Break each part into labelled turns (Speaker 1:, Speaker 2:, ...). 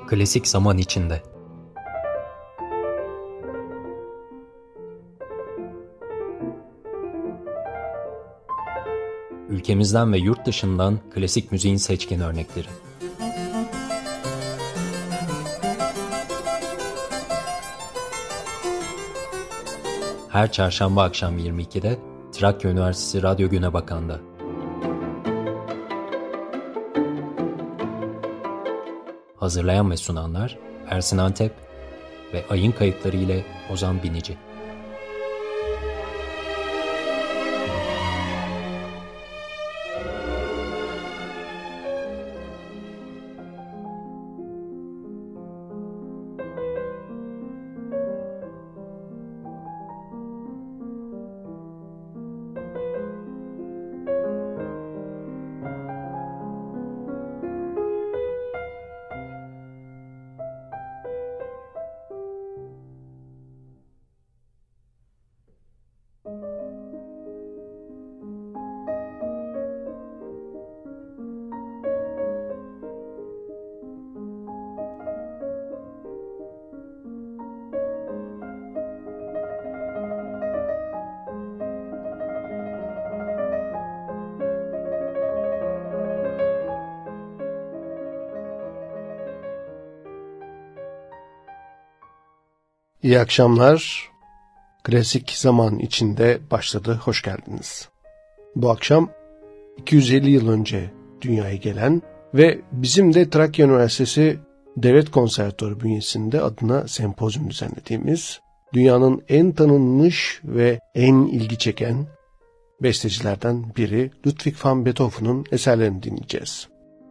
Speaker 1: Klasik zaman içinde. Ülkemizden ve yurt dışından klasik müziğin seçkin örnekleri. Her çarşamba akşam 22'de Trakya Üniversitesi Radyo Günebakan'da. Hazırlayan ve sunanlar Ersin Antep ve Ayın kayıtları ile Ozan Binici.
Speaker 2: İyi akşamlar. Klasik zaman içinde başladı. Hoş geldiniz. Bu akşam 250 yıl önce dünyaya gelen ve bizim de Trakya Üniversitesi Devlet Konservatuarı bünyesinde adına sempozyum düzenlediğimiz dünyanın en tanınmış ve en ilgi çeken bestecilerden biri Ludwig van Beethoven'un eserlerini dinleyeceğiz.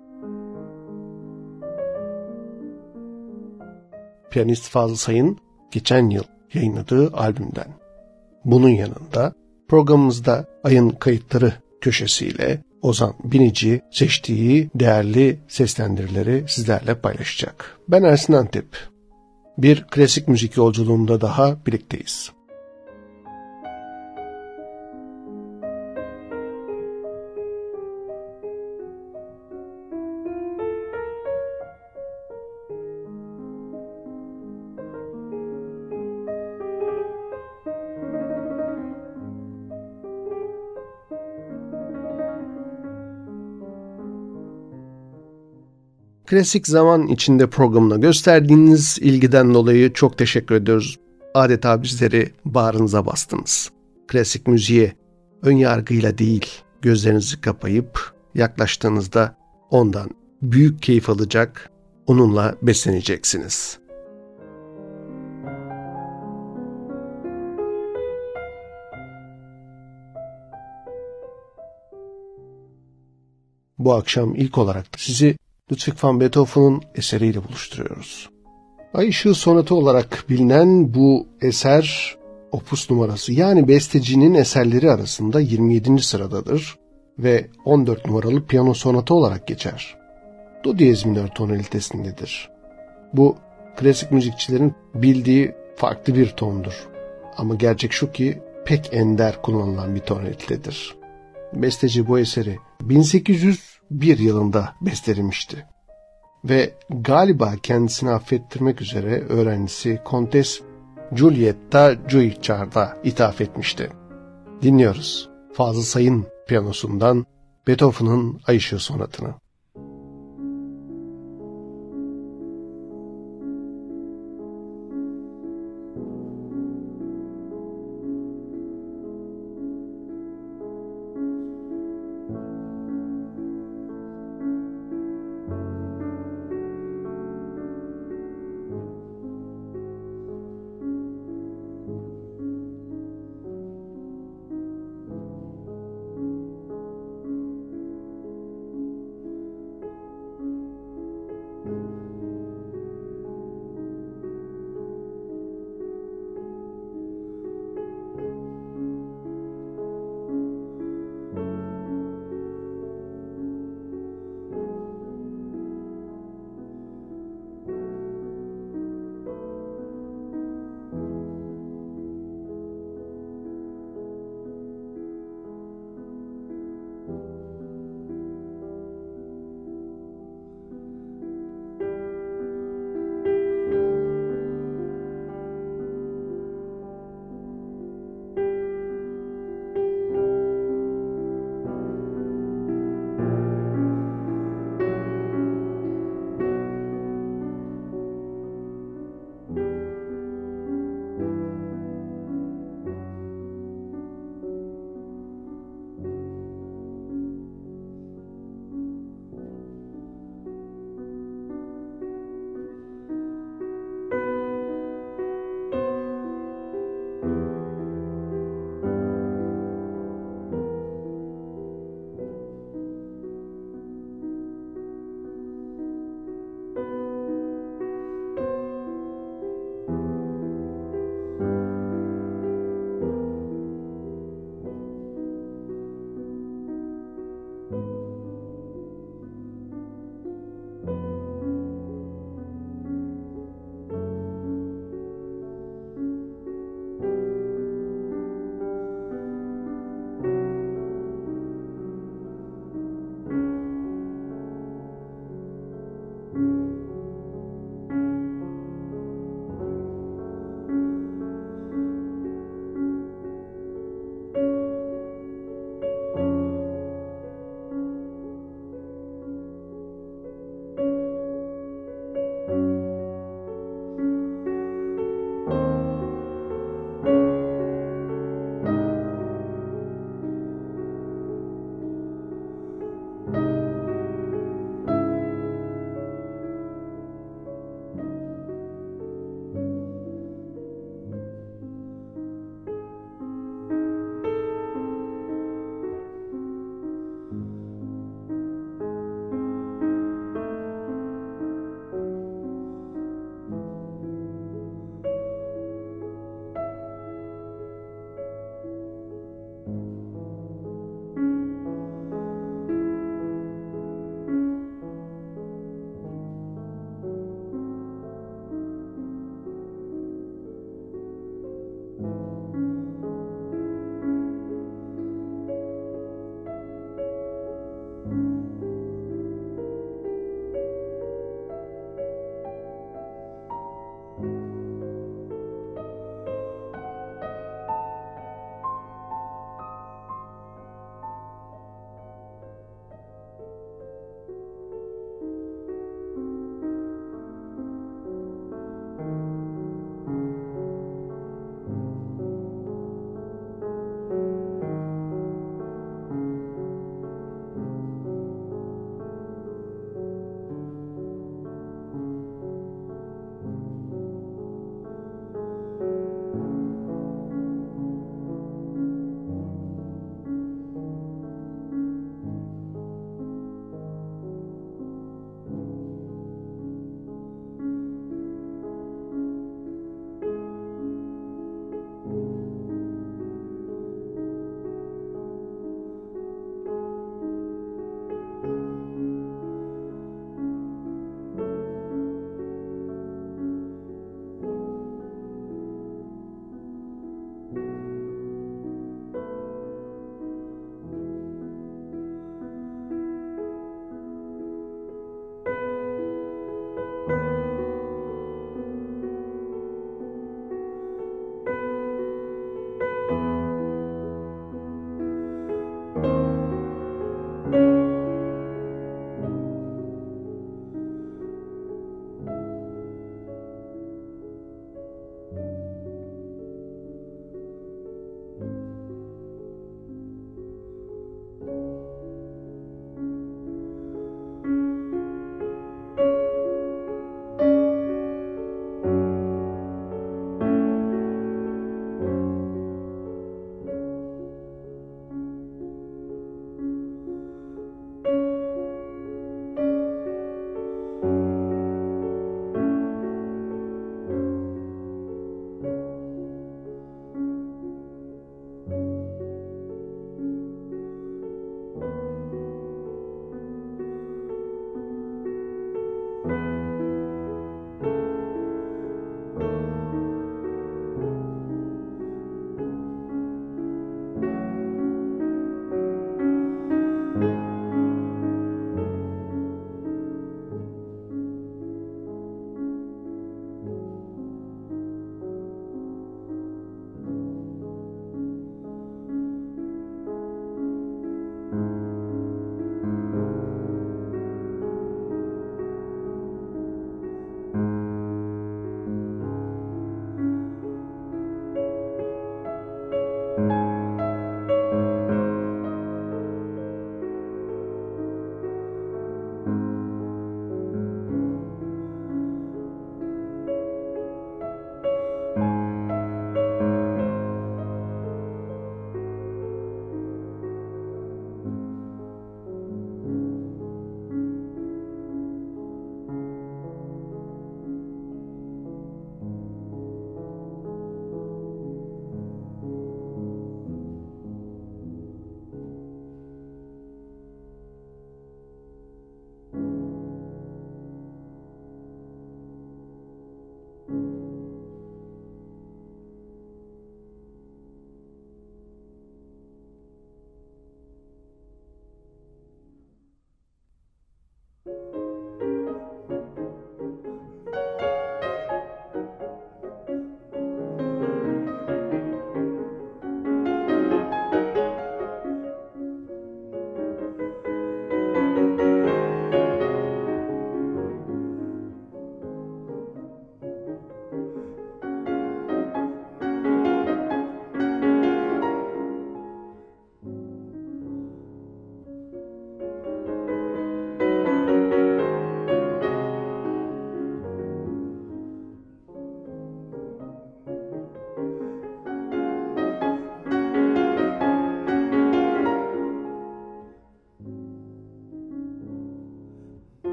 Speaker 2: Piyanist Fazıl Say'ın geçen yıl yayınladığı albümden. Bunun yanında programımızda Ayın Kayıtları köşesiyle Ozan Binici seçtiği değerli seslendirileri sizlerle paylaşacak. Ben Ersin Antep. Bir klasik müzik yolculuğunda daha birlikteyiz. Klasik zaman içinde programına gösterdiğiniz ilgiden dolayı çok teşekkür ediyoruz. Adeta bizleri bağrınıza bastınız. Klasik müziğe ön yargıyla değil, gözlerinizi kapayıp yaklaştığınızda ondan büyük keyif alacak, onunla besleneceksiniz. Bu akşam ilk olarak sizi Ludwig van Beethoven'un eseriyle buluşturuyoruz. Ay Işığı Sonatı olarak bilinen bu eser opus numarası yani bestecinin eserleri arasında 27. sıradadır ve 14 numaralı piyano sonatı olarak geçer. Do diyez minör tonalitesindedir. Bu klasik müzikçilerin bildiği farklı bir tondur. Ama gerçek şu ki pek ender kullanılan bir tonalitedir. Besteci bu eseri 1801 yılında bestelemişti. Ve galiba kendisini affettirmek üzere öğrencisi Kontes Giulietta Guicciard'a ithaf etmişti. Dinliyoruz Fazıl Say'ın piyanosundan Beethoven'ın Ay Işığı Sonatı'nı.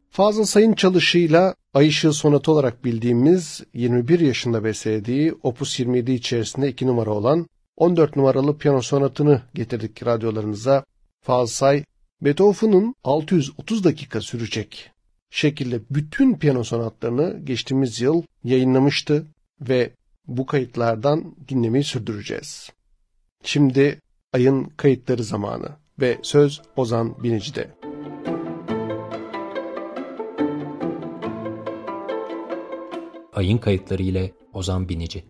Speaker 2: Fazıl Say'ın çalışıyla Ay Işığı Sonatı olarak bildiğimiz 21 yaşında bestelediği Opus 27 içerisinde 2 numara olan 14 numaralı piyano sonatını getirdik radyolarınıza. Fazıl Say, Beethoven'ın 630 dakika sürecek şekilde bütün piyano sonatlarını geçtiğimiz yıl yayınlamıştı ve bu kayıtlardan dinlemeyi sürdüreceğiz. Şimdi Ay'ın kayıtları zamanı ve söz Ozan Binici'de.
Speaker 1: Ayın kayıtları ile Ozan Binici.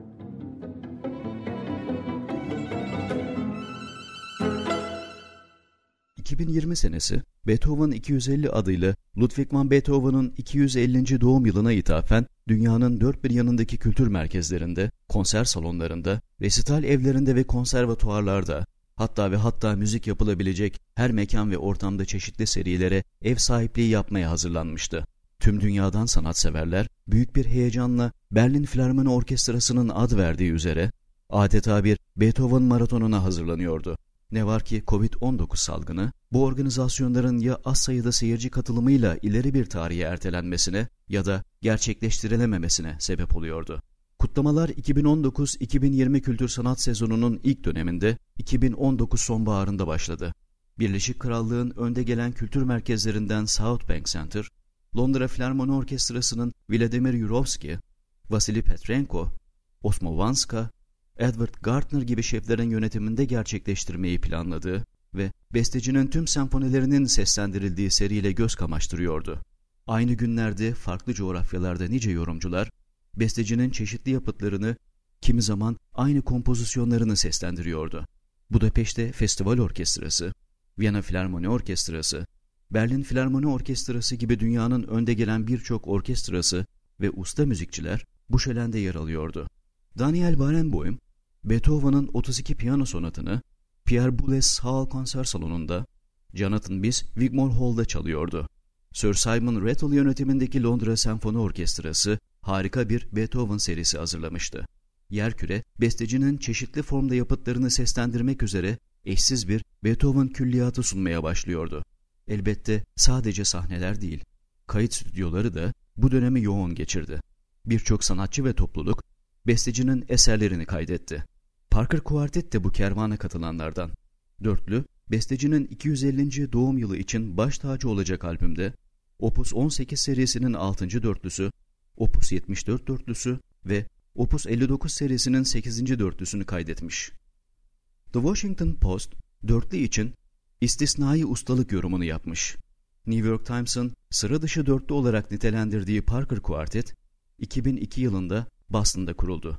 Speaker 3: ...2020 senesi Beethoven 250 adıyla Ludwig van Beethoven'ın 250. doğum yılına ithafen dünyanın dört bir yanındaki kültür merkezlerinde, konser salonlarında, resital evlerinde ve konservatuarlarda, hatta müzik yapılabilecek her mekan ve ortamda çeşitli serilere ev sahipliği yapmaya hazırlanmıştı. Tüm dünyadan sanatseverler büyük bir heyecanla Berlin Filarmoni Orkestrası'nın ad verdiği üzere adeta bir Beethoven maratonuna hazırlanıyordu. Ne var ki Covid-19 salgını bu organizasyonların ya az sayıda seyirci katılımıyla ileri bir tarihe ertelenmesine ya da gerçekleştirilememesine sebep oluyordu. Kutlamalar 2019-2020 kültür sanat sezonunun ilk döneminde 2019 sonbaharında başladı. Birleşik Krallığın önde gelen kültür merkezlerinden South Bank Center, Londra Filarmoni Orkestrası'nın Vladimir Yurovsky, Vasily Petrenko, Osmo Vanska, Edward Gardner gibi şeflerin yönetiminde gerçekleştirmeyi planladığı ve bestecinin tüm senfonilerinin seslendirildiği seriyle göz kamaştırıyordu. Aynı günlerde farklı coğrafyalarda nice yorumcular, bestecinin çeşitli yapıtlarını, kimi zaman aynı kompozisyonlarını seslendiriyordu. Budapeşte Festival Orkestrası, Viyana Filarmoni Orkestrası, Berlin Filarmoni Orkestrası gibi dünyanın önde gelen birçok orkestrası ve usta müzikçiler bu şölende yer alıyordu. Daniel Barenboim, Beethoven'ın 32 piyano sonatını Pierre Boulez Hall konser salonunda, Jonathan Bis Wigmore Hall'da çalıyordu. Sir Simon Rattle yönetimindeki Londra Senfoni Orkestrası harika bir Beethoven serisi hazırlamıştı. Yerküre, bestecinin çeşitli formda yapıtlarını seslendirmek üzere eşsiz bir Beethoven külliyatı sunmaya başlıyordu. Elbette sadece sahneler değil, kayıt stüdyoları da bu dönemi yoğun geçirdi. Birçok sanatçı ve topluluk bestecinin eserlerini kaydetti. Parker Quartet de bu kervana katılanlardan. Dörtlü, bestecinin 250. doğum yılı için baş tacı olacak albümde Opus 18 serisinin 6. dörtlüsü, Opus 74 dörtlüsü ve Opus 59 serisinin 8. dörtlüsünü kaydetmiş. The Washington Post, dörtlü için istisnai ustalık yorumunu yapmış. New York Times'ın sıra dışı dörtlü olarak nitelendirdiği Parker Quartet, 2002 yılında Boston'da kuruldu.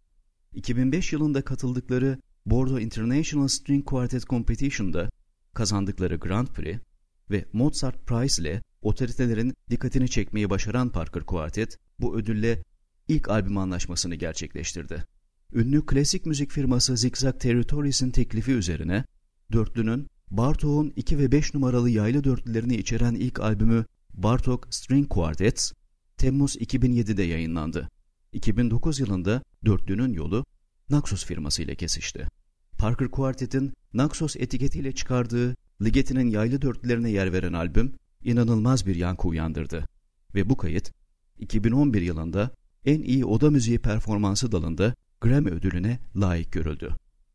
Speaker 3: 2005 yılında katıldıkları Bordeaux International String Quartet Competition'da kazandıkları Grand Prix ve Mozart Prize ile otoritelerin dikkatini çekmeyi başaran Parker Quartet, bu ödülle ilk albüm anlaşmasını gerçekleştirdi. Ünlü klasik müzik firması Zigzag Territories'in teklifi üzerine, dörtlünün Bartók'un 2 ve 5 numaralı yaylı dörtlülerini içeren ilk albümü Bartók String Quartets, Temmuz 2007'de yayınlandı. 2009 yılında dörtlünün yolu Naxos firması ile kesişti. Parker Quartet'in Naxos etiketiyle çıkardığı Ligeti'nin yaylı dörtlülerine yer veren albüm inanılmaz bir yankı uyandırdı. Ve bu kayıt 2011 yılında en iyi oda müziği performansı dalında Grammy ödülüne layık görüldü.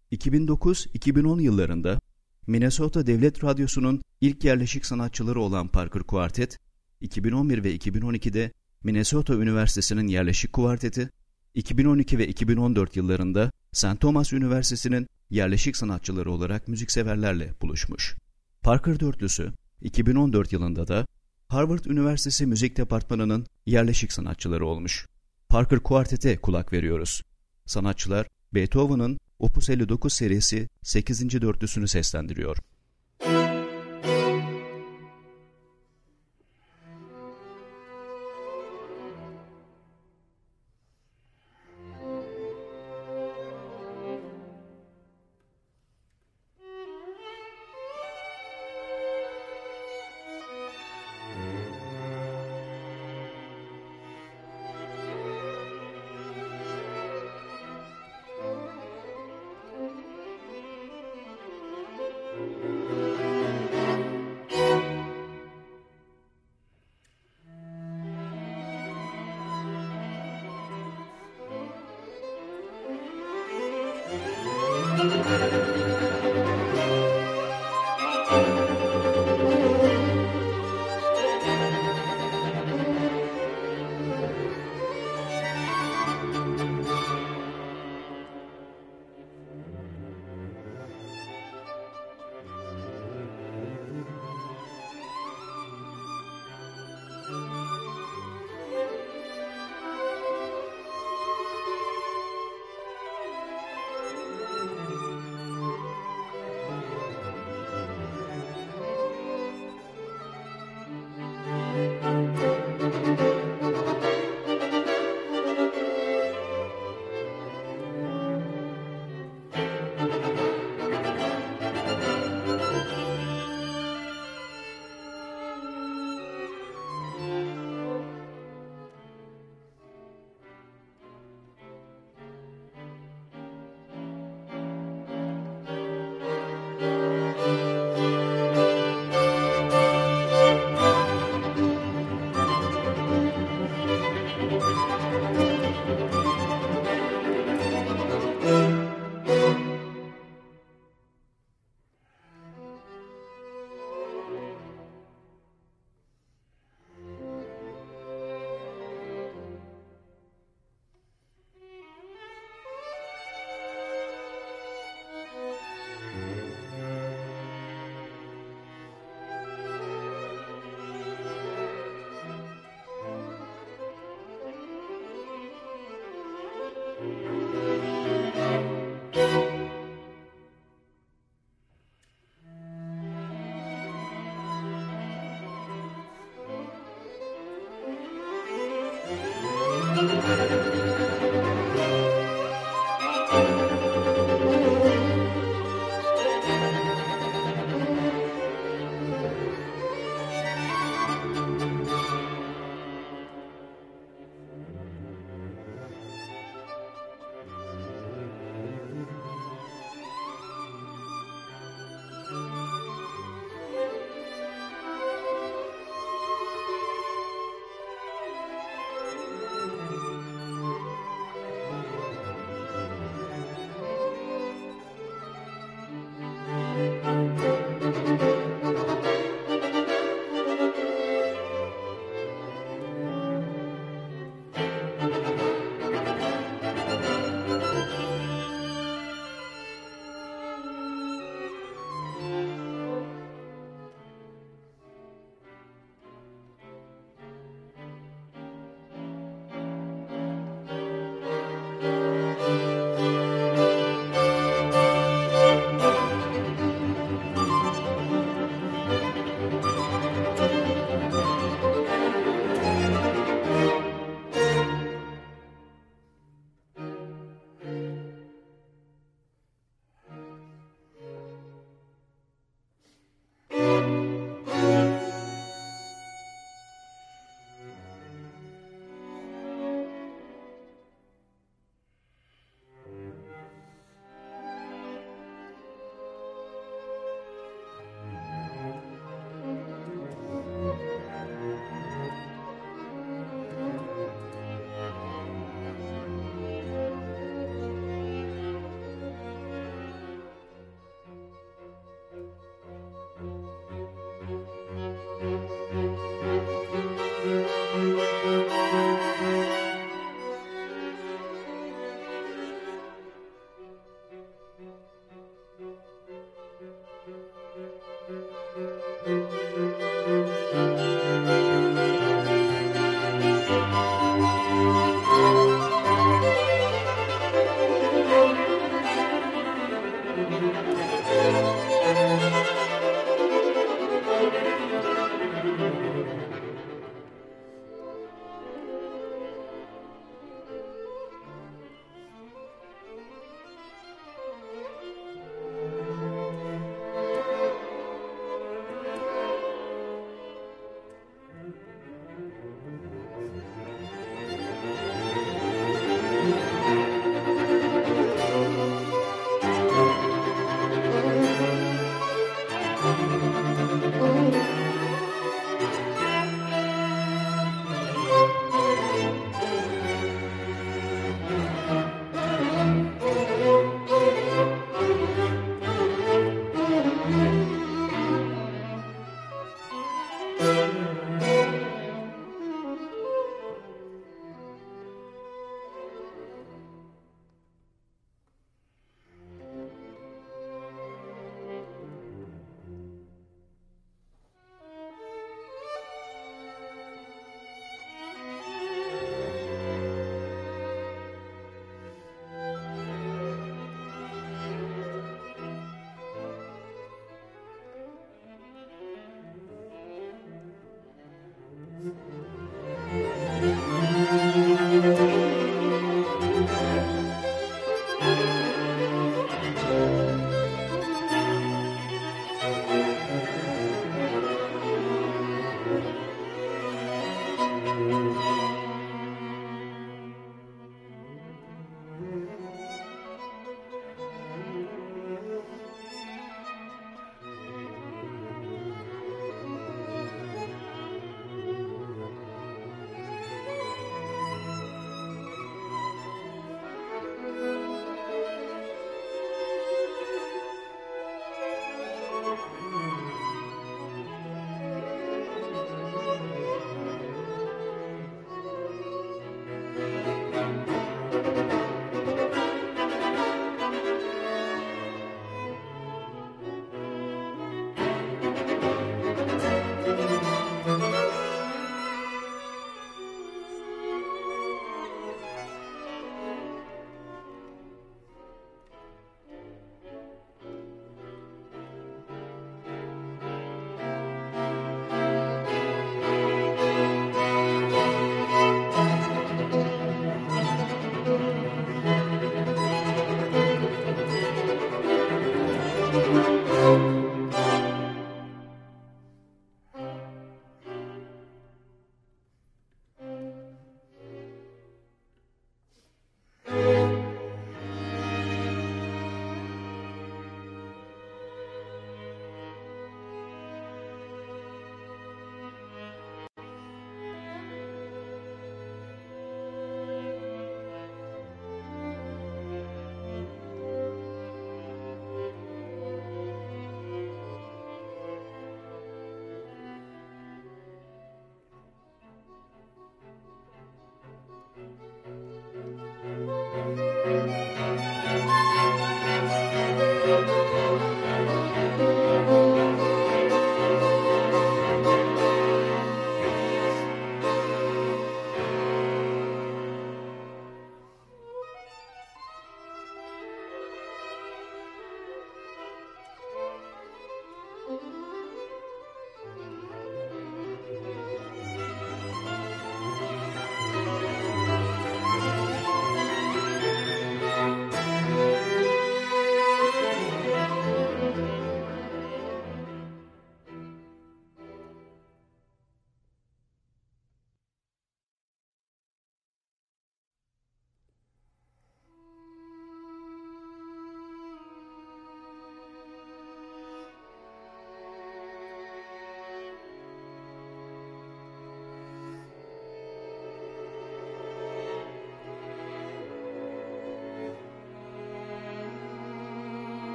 Speaker 3: 2009-2010 yıllarında Minnesota Devlet Radyosu'nun ilk yerleşik sanatçıları olan Parker Quartet, 2011 ve 2012'de Minnesota Üniversitesi'nin yerleşik kuarteti, 2012 ve 2014 yıllarında St. Thomas Üniversitesi'nin yerleşik sanatçıları olarak müzikseverlerle buluşmuş. Parker dörtlüsü, 2014 yılında da Harvard Üniversitesi Müzik Departmanı'nın yerleşik sanatçıları olmuş. Parker Quartet'e kulak veriyoruz. Sanatçılar Beethoven'ın Opus 59 serisi 8. dörtlüsünü seslendiriyor.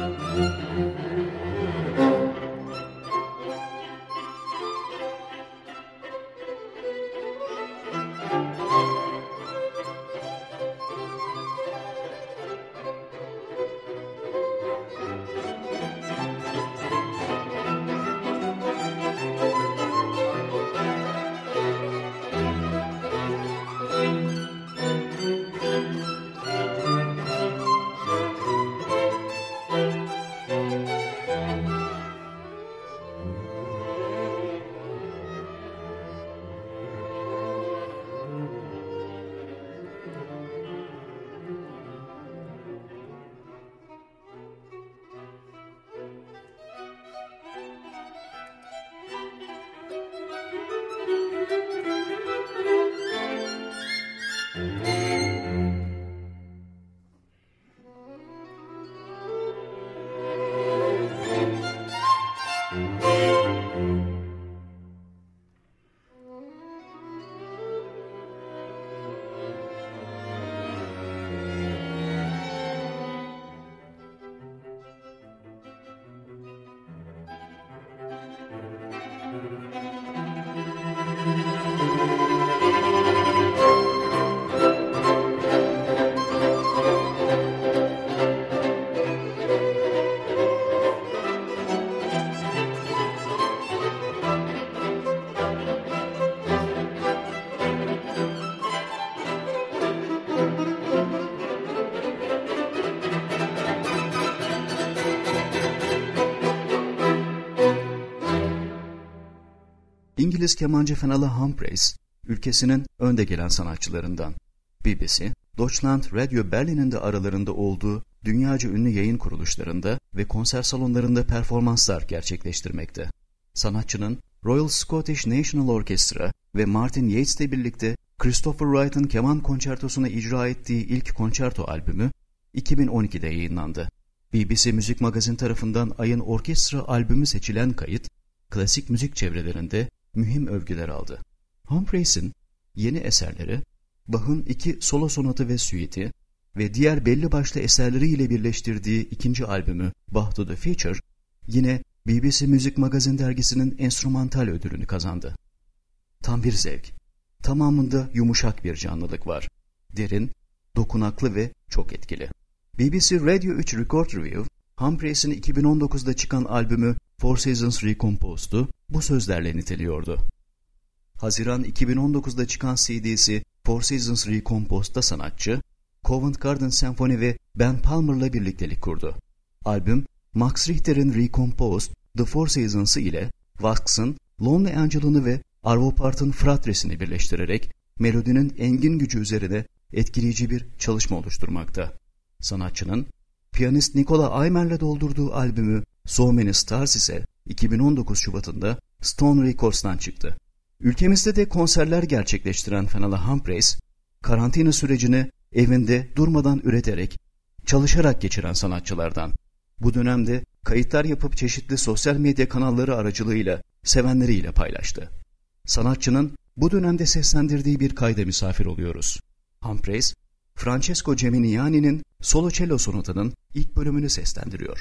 Speaker 3: İngiliz kemancı Fenella Humphreys, ülkesinin önde gelen sanatçılarından. BBC, Deutschland Radio Berlin'in de aralarında olduğu dünyaca ünlü yayın kuruluşlarında ve konser salonlarında performanslar gerçekleştirmekte. Sanatçının Royal Scottish National Orchestra ve Martin Yates'le birlikte Christopher Wright'ın keman konçertosunu icra ettiği ilk konçerto albümü 2012'de yayınlandı. BBC Müzik Magazin tarafından ayın orkestra albümü seçilen kayıt, klasik müzik çevrelerinde mühim övgüler aldı. Humphreys'in yeni eserleri, Bach'ın 2 solo sonatı ve süiti ve diğer belli başlı eserleriyle birleştirdiği ikinci albümü Bach to the Future, yine BBC Müzik Magazin dergisinin enstrümantal ödülünü kazandı. Tam bir zevk. Tamamında yumuşak bir canlılık var. Derin, dokunaklı ve çok etkili. BBC Radio 3 Record Review, Humphreys'in 2019'da çıkan albümü Four Seasons Recomposed'u bu sözlerle niteliyordu. Haziran 2019'da çıkan CD'si Four Seasons Recomposed'da sanatçı, Covent Garden Symphony ve Ben Palmer'la birliktelik kurdu. Albüm, Max Richter'in Recomposed The Four Seasons'ı ile Waxx'ın Lonely Angel'ını ve Arvo Part'ın Fratres'ini birleştirerek melodinin engin gücü üzerine etkileyici bir çalışma oluşturmakta. Sanatçının piyanist Nicola Aymer'le doldurduğu albümü So Many Stars ise 2019 Şubat'ında Stone Records'tan çıktı. Ülkemizde de konserler gerçekleştiren Fenella Humphreys, karantina sürecini evinde durmadan üreterek, çalışarak geçiren sanatçılardan. Bu dönemde kayıtlar yapıp çeşitli sosyal medya kanalları aracılığıyla sevenleriyle paylaştı. Sanatçının bu dönemde seslendirdiği bir kayda misafir oluyoruz. Humphreys, Francesco Geminiani'nin Solo Cello Sonatı'nın ilk bölümünü seslendiriyor.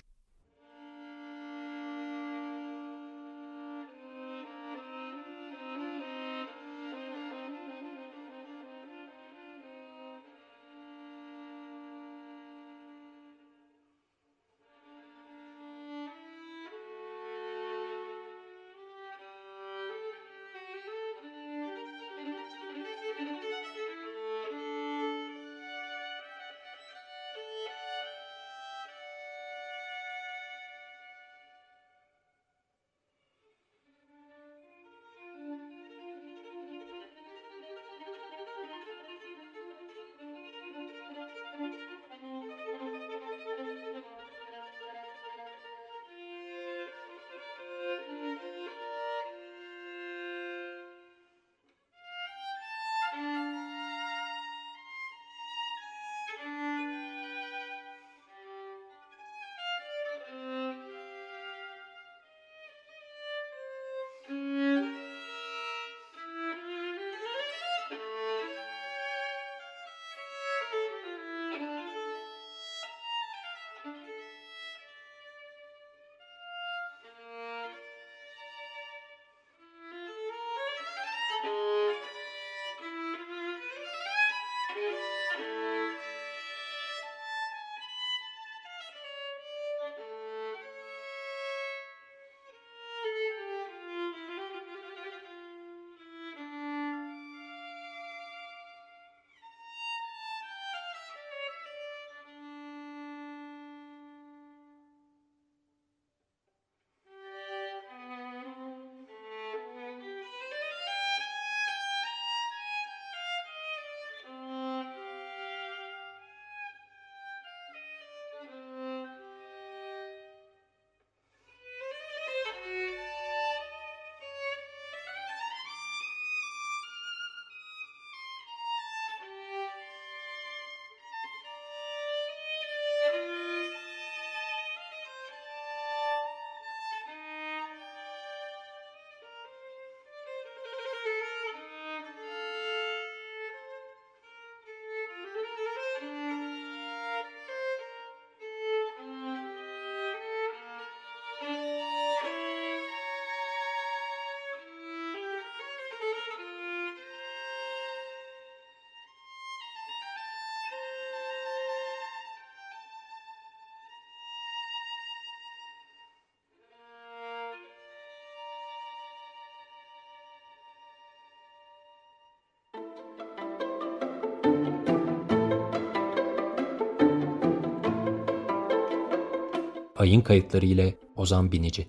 Speaker 1: Ayın kayıtları ile Ozan Binici.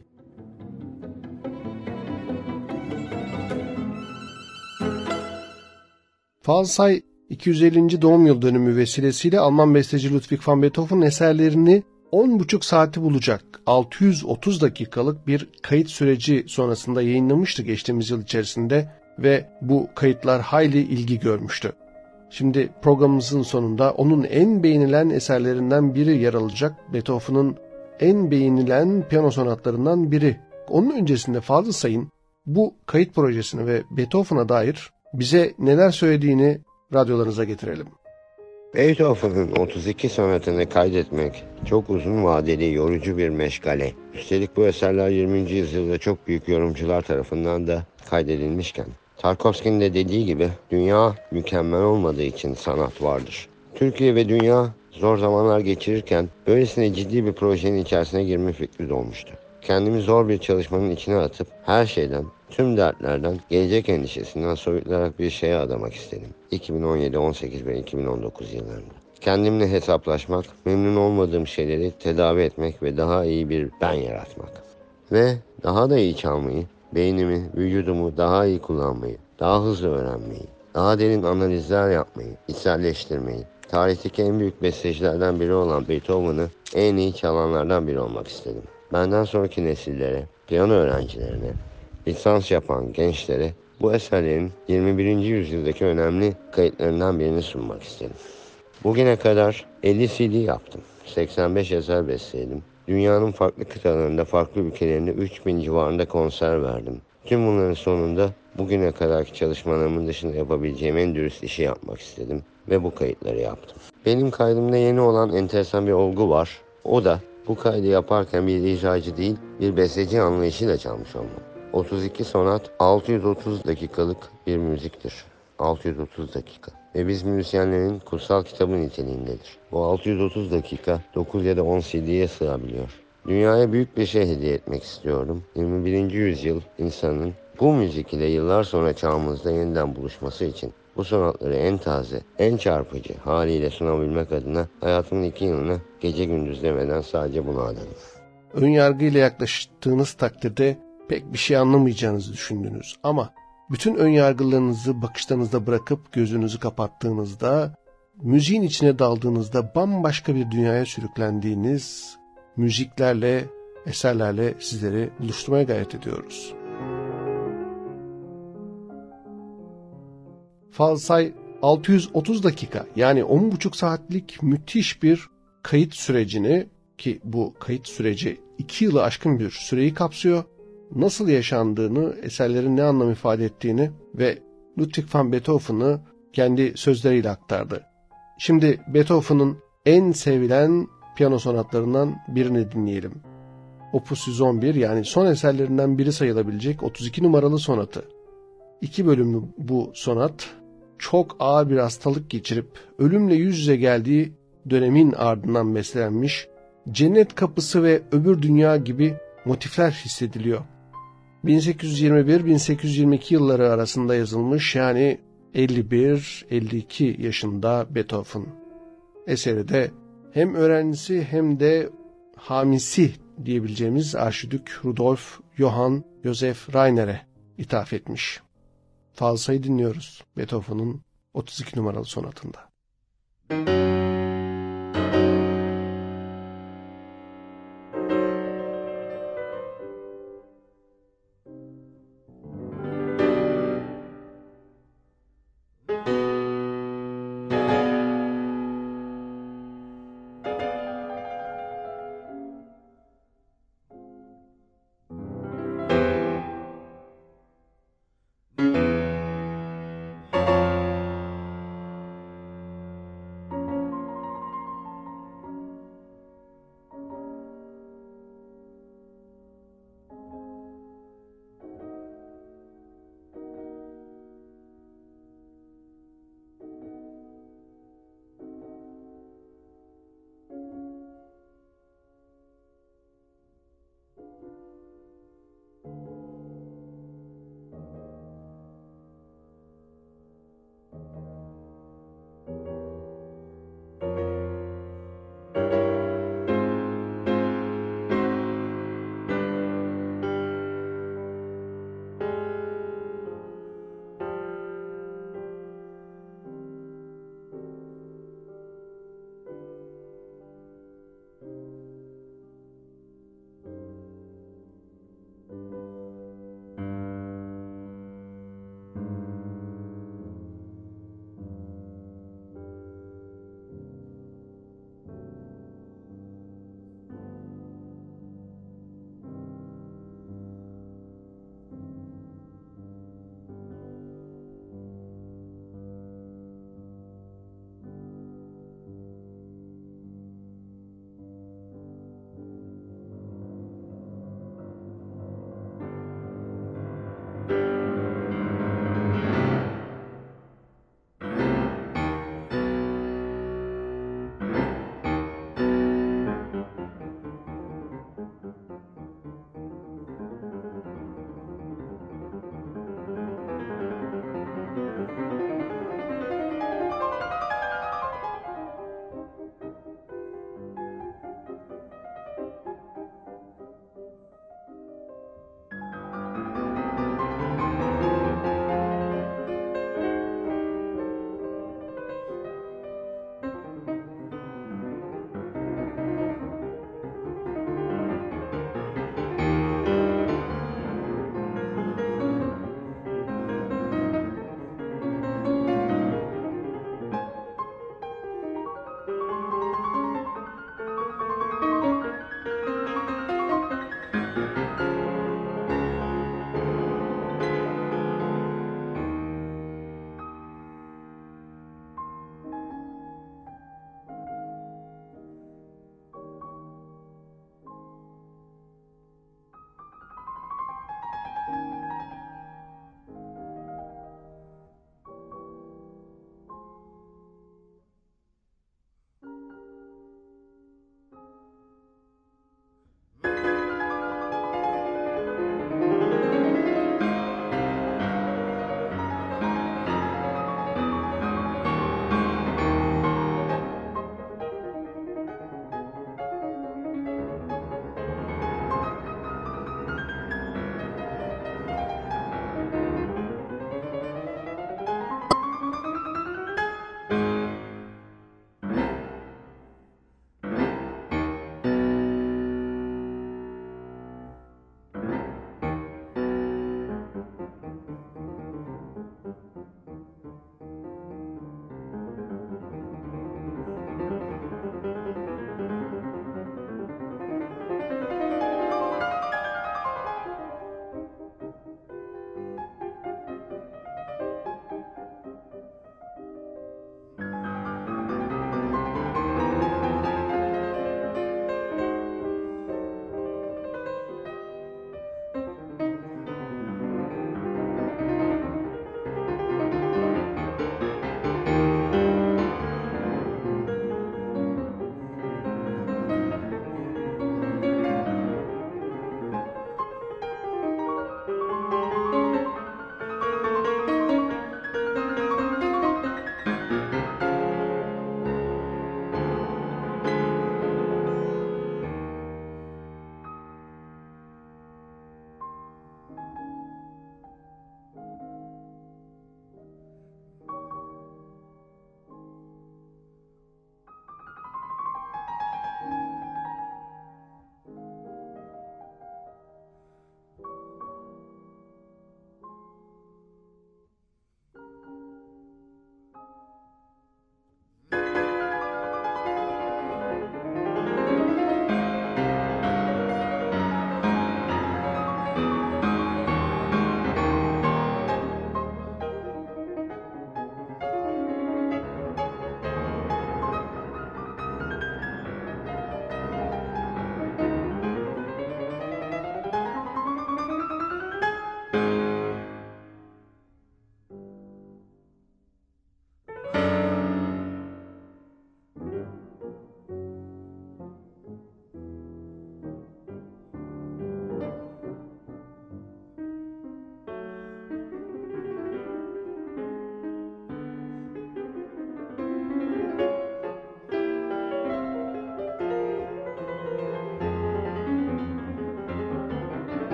Speaker 2: Falsay 250. doğum yıl dönümü vesilesiyle Alman besteci Ludwig van Beethoven'ın eserlerini 10,5 saati bulacak 630 dakikalık bir kayıt süreci sonrasında yayınlamıştı geçtiğimiz yıl içerisinde ve bu kayıtlar hayli ilgi görmüştü. Şimdi programımızın sonunda onun en beğenilen eserlerinden biri yer alacak. Beethoven'ın en beğenilen piyano sonatlarından biri. Onun öncesinde Fazıl Say'ın bu kayıt projesini ve Beethoven'a dair bize neler söylediğini radyolarınıza getirelim.
Speaker 4: Beethoven'ın 32 sonatını kaydetmek çok uzun vadeli yorucu bir meşgale. Üstelik bu eserler 20. yüzyılda çok büyük yorumcular tarafından da kaydedilmişken, Tarkovski'nin de dediği gibi dünya mükemmel olmadığı için sanat vardır. Türkiye ve dünya zor zamanlar geçirirken böylesine ciddi bir projenin içerisine girme fikri doğmuştu. Kendimi zor bir çalışmanın içine atıp her şeyden, tüm dertlerden, gelecek endişesinden soyutlarak bir şeye adamak istedim. 2017, 18 ve 2019 yıllarında. Kendimle hesaplaşmak, memnun olmadığım şeyleri tedavi etmek ve daha iyi bir ben yaratmak. Ve daha da iyi çalmayı, beynimi, vücudumu daha iyi kullanmayı, daha hızlı öğrenmeyi, daha derin analizler yapmayı, içselleştirmeyi, tarihteki en büyük bestecilerden biri olan Beethoven'ı en iyi çalanlardan biri olmak istedim. Benden sonraki nesillere, piyano öğrencilerine, lisans yapan gençlere bu eserlerin 21. yüzyıldaki önemli kayıtlarından birini sunmak istedim. Bugüne kadar 50 CD yaptım, 85 eser besteledim. Dünyanın farklı kıtalarında, farklı ülkelerinde 3000 civarında konser verdim. Tüm bunların sonunda bugüne kadarki çalışmalarımın dışında yapabileceğim en dürüst işi yapmak istedim ve bu kayıtları yaptım. Benim kaydımda yeni olan enteresan bir olgu var. O da bu kaydı yaparken bir icracı değil, bir besteci anlayışıyla çalmış olmam. 32 sonat 630 dakikalık bir müziktir. 630 dakika. Ve biz müzisyenlerin kutsal kitabı niteliğindedir. Bu 630 dakika 9 ya da 10 CD'ye sığabiliyor. Dünyaya büyük bir şey hediye etmek istiyorum. 21. yüzyıl insanın bu müzik ile yıllar sonra çağımızda yeniden buluşması için bu sonatları en taze, en çarpıcı haliyle sunabilmek adına hayatımın 2 yılını gece gündüz demeden sadece buna adadım.
Speaker 2: Önyargıyla yaklaştığınız takdirde pek bir şey anlamayacağınızı düşündünüz ama bütün önyargılarınızı bakışlarınızda bırakıp gözünüzü kapattığınızda, müziğin içine daldığınızda bambaşka bir dünyaya sürüklendiğiniz müziklerle, eserlerle sizleri buluşturmaya gayret ediyoruz. Falsay 630 dakika yani 10,5 saatlik müthiş bir kayıt sürecini, ki bu kayıt süreci 2 yılı aşkın bir süreyi kapsıyor, nasıl yaşandığını, eserlerin ne anlam ifade ettiğini ve Ludwig van Beethoven'ı kendi sözleriyle aktardı. Şimdi Beethoven'ın en sevilen piyano sonatlarından birini dinleyelim. Opus 111 yani son eserlerinden biri sayılabilecek 32 numaralı sonatı. 2 bölümlü bu sonat çok ağır bir hastalık geçirip ölümle yüz yüze geldiği dönemin ardından beslenmiş, cennet kapısı ve öbür dünya gibi motifler hissediliyor. 1821-1822 yılları arasında yazılmış, yani 51-52 yaşında Beethoven. Eseri de hem öğrencisi hem de hamisi diyebileceğimiz Arşidük Rudolf Johann Joseph Rainer'e ithaf etmiş. Falsayı dinliyoruz Beethoven'ın 32 numaralı sonatında.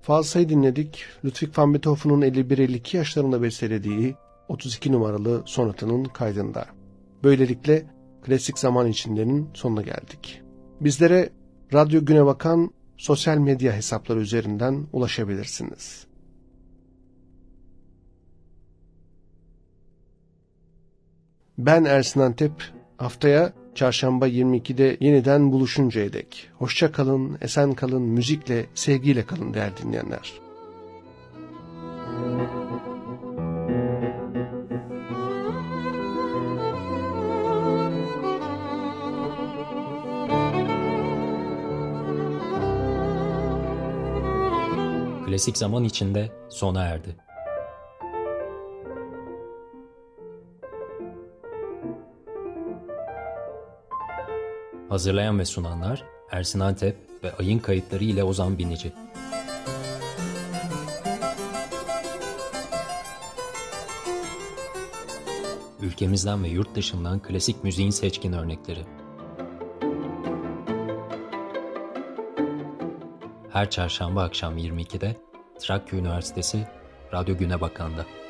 Speaker 2: Falsa'yı dinledik. Ludwig van Beethoven'un 51-52 yaşlarında bestelediği 32 numaralı sonatının kaydında. Böylelikle klasik zaman içindenin sonuna geldik. Bizlere Radyo Güne Bakan sosyal medya hesapları üzerinden ulaşabilirsiniz. Ben Ersin Antep. Haftaya çarşamba 22'de yeniden buluşuncaya dek. Hoşça kalın, esen kalın, müzikle, sevgiyle kalın değerli dinleyenler.
Speaker 1: Klasik zaman içinde sona erdi. Hazırlayan ve sunanlar Ersin Antep ve Ayın kayıtları ile Ozan Binici. Ülkemizden ve yurt dışından klasik müziğin seçkin örnekleri. Her çarşamba akşam 22'de Trakya Üniversitesi Radyo Güne Bakan'da.